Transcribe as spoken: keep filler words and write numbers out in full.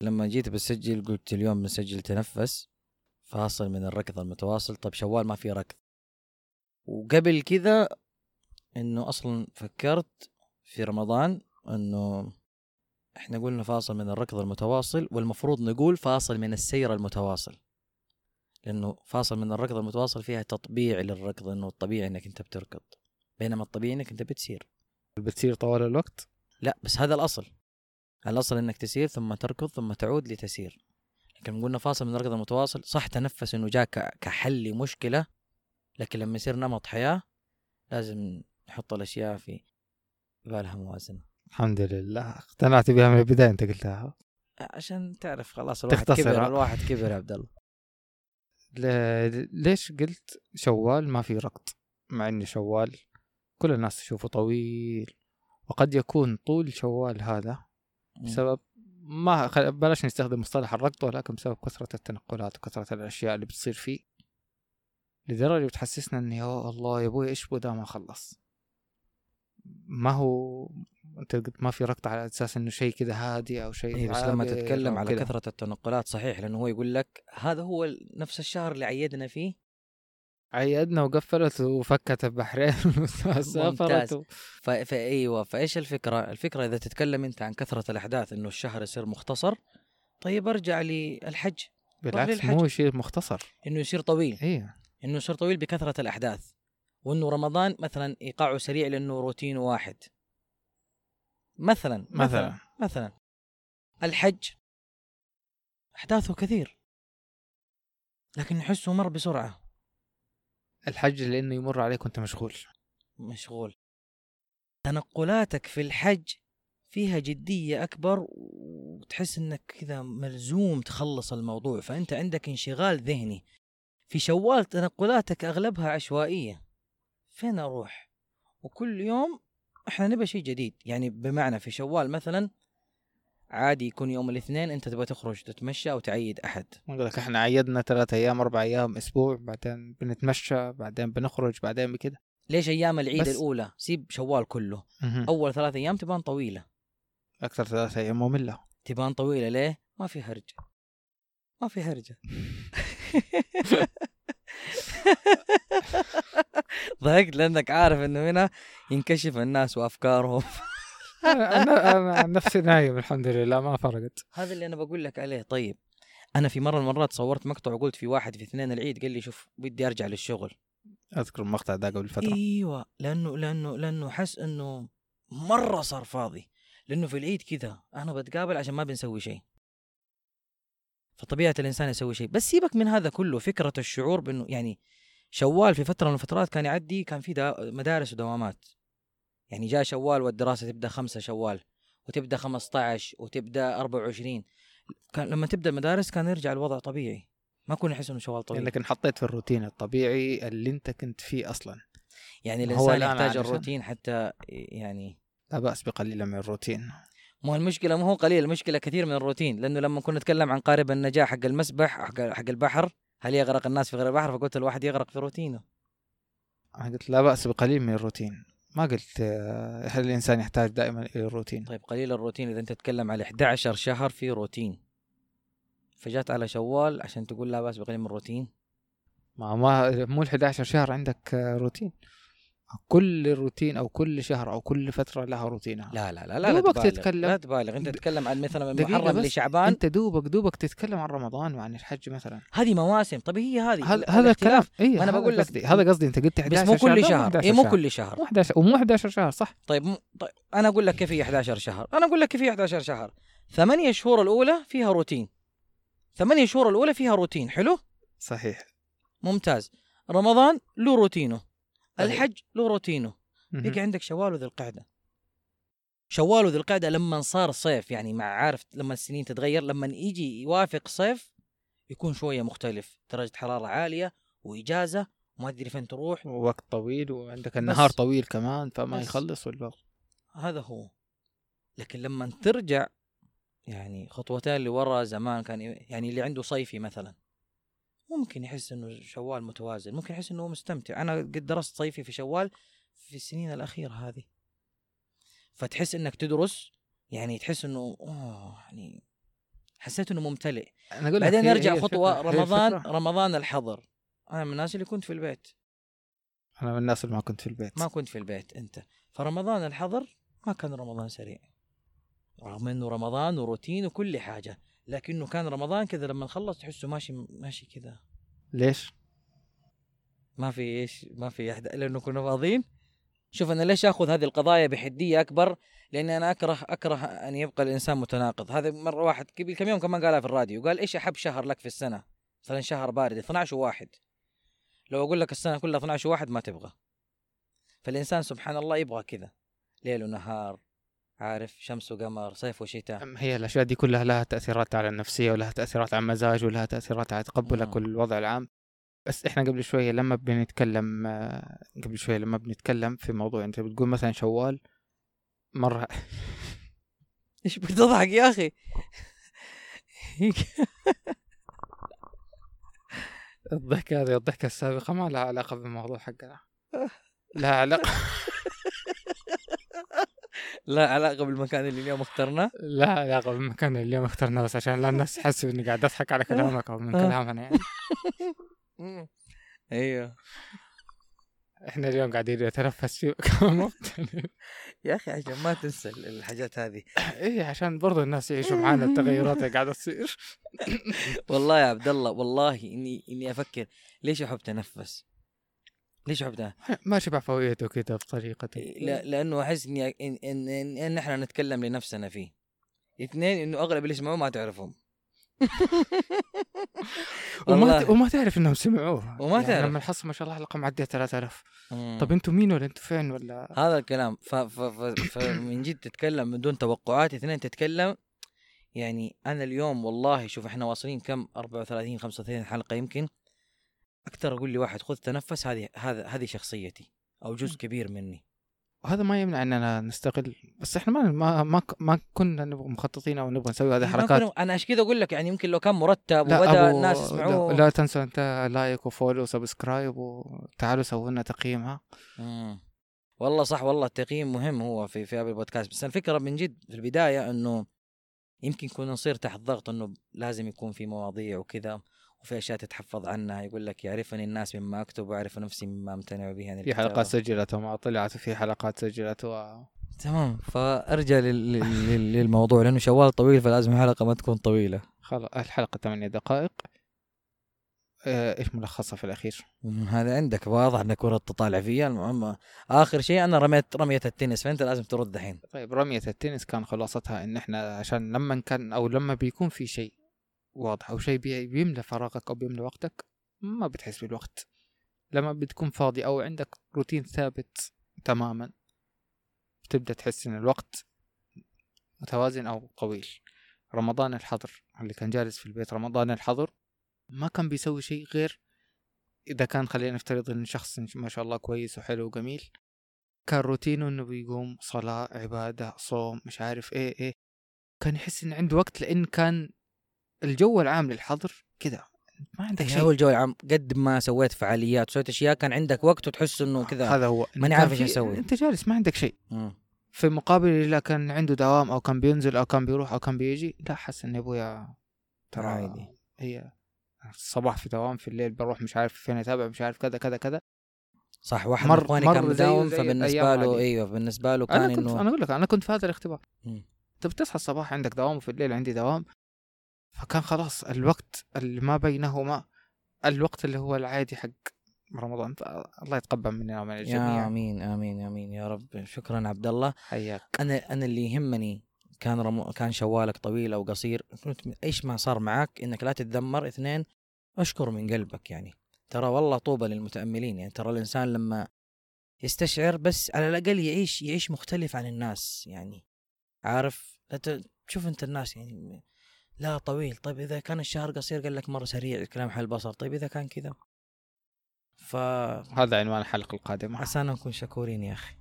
لما جيت بسجل قلت اليوم بنسجل تنفس فاصل من الركض المتواصل. طب شوال ما في ركض. وقبل كذا انه اصلا فكرت في رمضان انه احنا قلنا فاصل من الركض المتواصل، والمفروض نقول فاصل من السير المتواصل، لانه فاصل من الركض المتواصل فيها تطبيع للركض، انه الطبيعي انك انت بتركض بينما الطبيعي انك انت بتسير. بتسير طوال الوقت؟ لا بس هذا الاصل، الاصل انك تسير ثم تركض ثم تعود لتسير. لكن قلنا فاصل من الركض المتواصل صح، تنفس انه جاء كحل لمشكله، لكن لما يصير نمط حياه لازم نحط الاشياء في بالها موازنه. الحمد لله اقتنعت بها من البدايه، انت قلتها عشان تعرف خلاص الواحد تختصر. كبر، الواحد كبر يا عبد الله. ليش قلت شوال ما في ركض مع ان شوال كل الناس تشوفه طويل؟ وقد يكون طول شوال هذا بسبب ما خل... بلاش نستخدم مصطلح الركض، ولكن بسبب كثرة التنقلات وكثرة الأشياء اللي بتصير فيه، لدرجة بتحسسنا إن يا الله يا أبوي إيش بدا ما خلص. ما هو أنت قلت ما في ركض على أساس إنه شيء كده هادي أو شيء إيه، بس لما تتكلم على كثرة التنقلات صحيح، لأنه هو يقول لك هذا هو نفس الشهر اللي عيدنا فيه، عيدنا وقفلت وفكت البحرين وسافرت و... ف... فأيوة. فإيش الفكرة؟ الفكرة إذا تتكلم أنت عن كثرة الأحداث إنه الشهر يصير مختصر، طيب أرجع للحج. بالعكس مو شيء مختصر، إنه يصير طويل. إيه، إنه يصير طويل بكثرة الأحداث، وإنه رمضان مثلا إيقاعه سريع لأنه روتين واحد مثلا مثلا مثلا, مثلا. الحج أحداثه كثير لكن نحسه مر بسرعة. الحج لأنه يمر عليك وأنت مشغول مشغول. تنقلاتك في الحج فيها جدية أكبر، وتحس أنك كذا ملزوم تخلص الموضوع، فأنت عندك انشغال ذهني. في شوال تنقلاتك أغلبها عشوائية، فين أروح؟ وكل يوم إحنا نبى شيء جديد. يعني بمعنى في شوال مثلا عادي يكون يوم الاثنين أنت تبغى تخرج تتمشى أو تعيد أحد، نقول لك إحنا عيدنا ثلاثة أيام أربع أيام أسبوع، بعدين بنتمشى، بعدين بنخرج، بعدين بكده. ليش أيام العيد بس الأولى سيب شوال كله، مه. أول ثلاثة أيام تبان طويلة، أكثر ثلاثة أيام مملة، تبان طويلة. ليه؟ ما في هرجة، ما في هرجة. ضحكت لأنك عارف إنه هنا ينكشف الناس وأفكارهم. أنا أنا عن نفسي نايم الحمد لله ما فرقت. هذا اللي أنا بقول لك عليه. طيب أنا في مرة المرات صورت مقطع وقلت في واحد في اثنين العيد قال لي شوف بدي أرجع للشغل. أذكر المقطع ده قبل فترة. أيوة، لأنه لأنه لأنه حس إنه مرة صار فاضي، لأنه في العيد كذا أنا بتقابل عشان ما بنسوي شيء، فطبيعة الإنسان يسوي شيء. بس سيبك من هذا كله، فكرة الشعور بأنه يعني شوال في فترة من الفترات كان يعدي كان في مدارس ودوامات، يعني جاء شوال والدراسة تبدأ خمسة شوال وتبدأ خمسة عشر وتبدأ أربعة وعشرين. كان لما تبدأ المدارس كان يرجع الوضع طبيعي، ما كنا نحس إنه شوال طبيعي، لأنك يعني انحطيت في الروتين الطبيعي اللي أنت كنت فيه أصلا. يعني الإنسان يحتاج الروتين حتى يعني لا بأس بقليل من الروتين. مو المشكلة مو هو قليل، المشكلة كثير من الروتين. لأنه لما كنا نتكلم عن قارب النجاح حق المسبح حق البحر، هل يغرق الناس في غير البحر؟ فقلت الواحد يغرق في روتينه. أنا قلت لا بأس بقليل من الروتين، ما قلت هل الإنسان يحتاج دائما إلى الروتين. طيب قليل الروتين إذا أنت تتكلم على إحدى عشر شهر في روتين، فجات على شوال عشان تقول لا بأس بقليل من الروتين. ما ما مو الحداشر عشر شهر عندك روتين، كل روتين أو كل شهر أو كل فترة لها روتينها. لا لا لا لا لا تبالغ. تتكلم لا تبالغ. أنت تتكلم عن مثلا من محرم لشعبان، أنت دوبك دوبك تتكلم عن رمضان وعن الحج مثلا، هذه مواسم. طب هي هذه هذا الكلام. إيه أنا بقول لك هذا قصدي أنت قلت بس مو كل شهر. إيه مو كل شهر مو إحداشر ومو إحداشر شهر صح. طيب, م... طيب أنا أقول لك كيف هي إحدى عشر شهر. أنا أقول لك كيف هي إحدى عشر شهر. ثمانية شهور الأولى فيها روتين، ثمانية شهور الأولى فيها روتين حلو صحيح ممتاز. رمضان له روتينه، الحج له روتينه، يجي عندك شوال وذي القعدة. شوال وذي القعدة لما صار صيف، يعني مع عارف لما السنين تتغير، لما يجي يوافق صيف يكون شوية مختلف، درجة حرارة عالية وإجازة وما أدري فين تروح ووقت طويل وعندك النهار طويل كمان فما يخلص والوقت. هذا هو. لكن لما ترجع يعني خطوتين لورا، زمان كان يعني اللي عنده صيفي مثلا ممكن يحس إنه شوال متوازن، ممكن يحس إنه مستمتع. أنا قد درست صيفي في شوال في السنين الأخيرة هذه، فتحس إنك تدرس، يعني تحس إنه أوه يعني حسيت انه ممتلئ. انا اقول بعدين هي- نرجع هي خطوه الفكرة. هي رمضان الفكرة. رمضان الحظر. انا من الناس اللي كنت في البيت، انا من الناس اللي ما كنت في البيت. ما كنت في البيت انت. فرمضان الحظر ما كان رمضان سريع، رغم انه رمضان وروتين وكل حاجه، لكنه كان رمضان كذا لما نخلص تحسه ماشي ماشي كذا. ليش؟ ما في ايش، ما في احد، لانه كنا فاضيين. شوف انا ليش اخذ هذه القضايا بحديه اكبر؟ لاني انا اكره اكره ان يبقى الانسان متناقض. هذا مره واحد قبل كم يوم كمان قالها في الراديو، قال ايش احب شهر لك في السنه؟ مثلا شهر بارد اثنا عشر واحد، لو اقول لك السنه كلها اثنا عشر واحد ما تبغى. فالانسان سبحان الله يبغى كذا، ليل ونهار، عارف، شمس وقمر، صيف وشتاء. أم هي الاشياء دي كلها لها تاثيرات على النفسيه، ولها تاثيرات على المزاج، ولها تاثيرات على تقبلك مم. والوضع العام. بس احنا قبل شويه لما بنتكلم آه، قبل شويه لما بنتكلم في موضوع، انت بتقول مثلا شوال مره ايش بتضحك يا اخي؟ الضحكه هذه الضحكه السابقه ما لها علاقه بالموضوع حقنا، لها علاقه لا علاقه بالمكان اللي اليوم اخترناه. لها علاقه بالمكان اللي اليوم اخترناه، بس عشان لا الناس تحسب اني قاعد اضحك على كلامك او من كلامنا يعني. ايوه احنا اليوم قاعدين نتنفس فيه يا اخي عشان ما تنسى الحاجات هذه. ايه عشان برضو الناس يعيشوا معانا التغيرات اللي قاعده تصير. والله يا عبد الله، والله اني اني افكر ليش احب تنفس، ليش احب ده؟ ما شبع فويته كده بطريقته. لا لانه احس اني ان ان, إن, إن احنا نتكلم لنفسنا فيه. اثنين، انه اغلب اللي يسمعوه ما تعرفهم. وما ت... وما تعرف انهم سمعوه، وما يعني تعرف. لما الحصه ما شاء الله حلقه معديه ثلاثة آلاف. مم. طب انتوا مين ولا انتوا فين ولا هذا الكلام. ف... ف... ف... فمن جد تتكلم من دون توقعات. اثنين تتكلم يعني. انا اليوم والله شوف احنا واصلين كم أربعة وثلاثين خمسة وثلاثين حلقه يمكن اكثر. اقول لي واحد خذ تنفس، هذه هذا هذه شخصيتي او جزء كبير مني. وهذا ما يمنع اننا نستغل، بس احنا ما ما ما, ما كنا نبغى مخططين او نبغى نسوي هذه الحركات. انا عشان كذا اقول لك يعني يمكن لو كان مرتب لا وبدا أبو... الناس يسمعوه. لا, لا تنسوا انت لايك وفولو وسبسكرايب، وتعالوا سووا لنا تقييمها. مم. والله صح، والله التقييم مهم هو في في هذا البودكاست. بس الفكره من جد في البدايه انه يمكن كنا نصير تحت ضغط انه لازم يكون في مواضيع وكذا، وفي اشياء تتحفظ عنها. يقول لك يعرفني الناس مما اكتب ويعرف نفسي مما امتنع به عن في الكتابة. حلقات سجلت وما طلعت، وفي حلقات سجلت و... تمام. فارجع لل... لل... للموضوع، لانه شوال طويل فلازم الحلقه ما تكون طويله. خلاص الحلقه ثمانية دقائق. اه ايش ملخصها في الاخير؟ هذا عندك واضح انك كره تطالع فيها. المهم اخر شيء انا رميت رميه التنس، فانت لازم ترد دحين. طيب رميه التنس كان خلاصتها ان احنا عشان لما كان او لما بيكون في شيء واضح او شيء بي... بيملى فراغك او بيملى وقتك، ما بتحس بالوقت. لما بتكون فاضي او عندك روتين ثابت تماما، بتبدا تحس ان الوقت متوازن او طويل. رمضان الحظر اللي كان جالس في البيت رمضان الحظر ما كان بيسوي شيء غير اذا كان، خلينا نفترض ان شخص ما شاء الله كويس وحلو وجميل، كان روتينه انه بيقوم صلاة عبادة صوم مش عارف ايه ايه، كان يحس ان عنده وقت، لان كان الجو العام للحظر كذا ما عندك شيء. هو الجو العام قد ما سويت فعاليات وسويت اشياء كان عندك وقت وتحس انه كذا. هذا هو، ماني عارف ايش اسوي. انت جالس ما عندك شيء. مم. في مقابل اذا كان عنده دوام او كان بينزل او كان بيروح او كان بيجي، لا حس ان ابويا ترى عادي. هي الصباح في دوام، في الليل بروح مش عارف فين اتابع مش عارف كذا كذا كذا. صح. واحد مر من اخواني مر كان مداوم، زي فبالنسبه له عادي. ايوه بالنسبه له كان انا كنت انه انا اقول لك انا كنت في هذا الاختبار. مم. انت بتصحى الصباح عندك دوام وفي الليل عندي دوام، فكان خلاص الوقت اللي ما بينهما الوقت اللي هو العادي حق رمضان. الله يتقبل مننا ومن الجميع. يا امين امين امين يا رب. شكرا عبد الله. حياك. انا انا اللي يهمني كان رم... كان شوالك طويل او قصير، كنت ايش ما صار معك انك لا تتذمر. اثنين، اشكر من قلبك يعني. ترى والله طوبى للمتأملين يعني. ترى الانسان لما يستشعر بس على الاقل يعيش يعيش مختلف عن الناس يعني. عارف تشوف انت الناس يعني لا طويل، طيب اذا كان الشهر قصير قال لك مره سريع كلام حل البصر، طيب اذا كان كذا. ف هذا عنوان الحلقة القادمة. عسانا نكون شكورين يا اخي.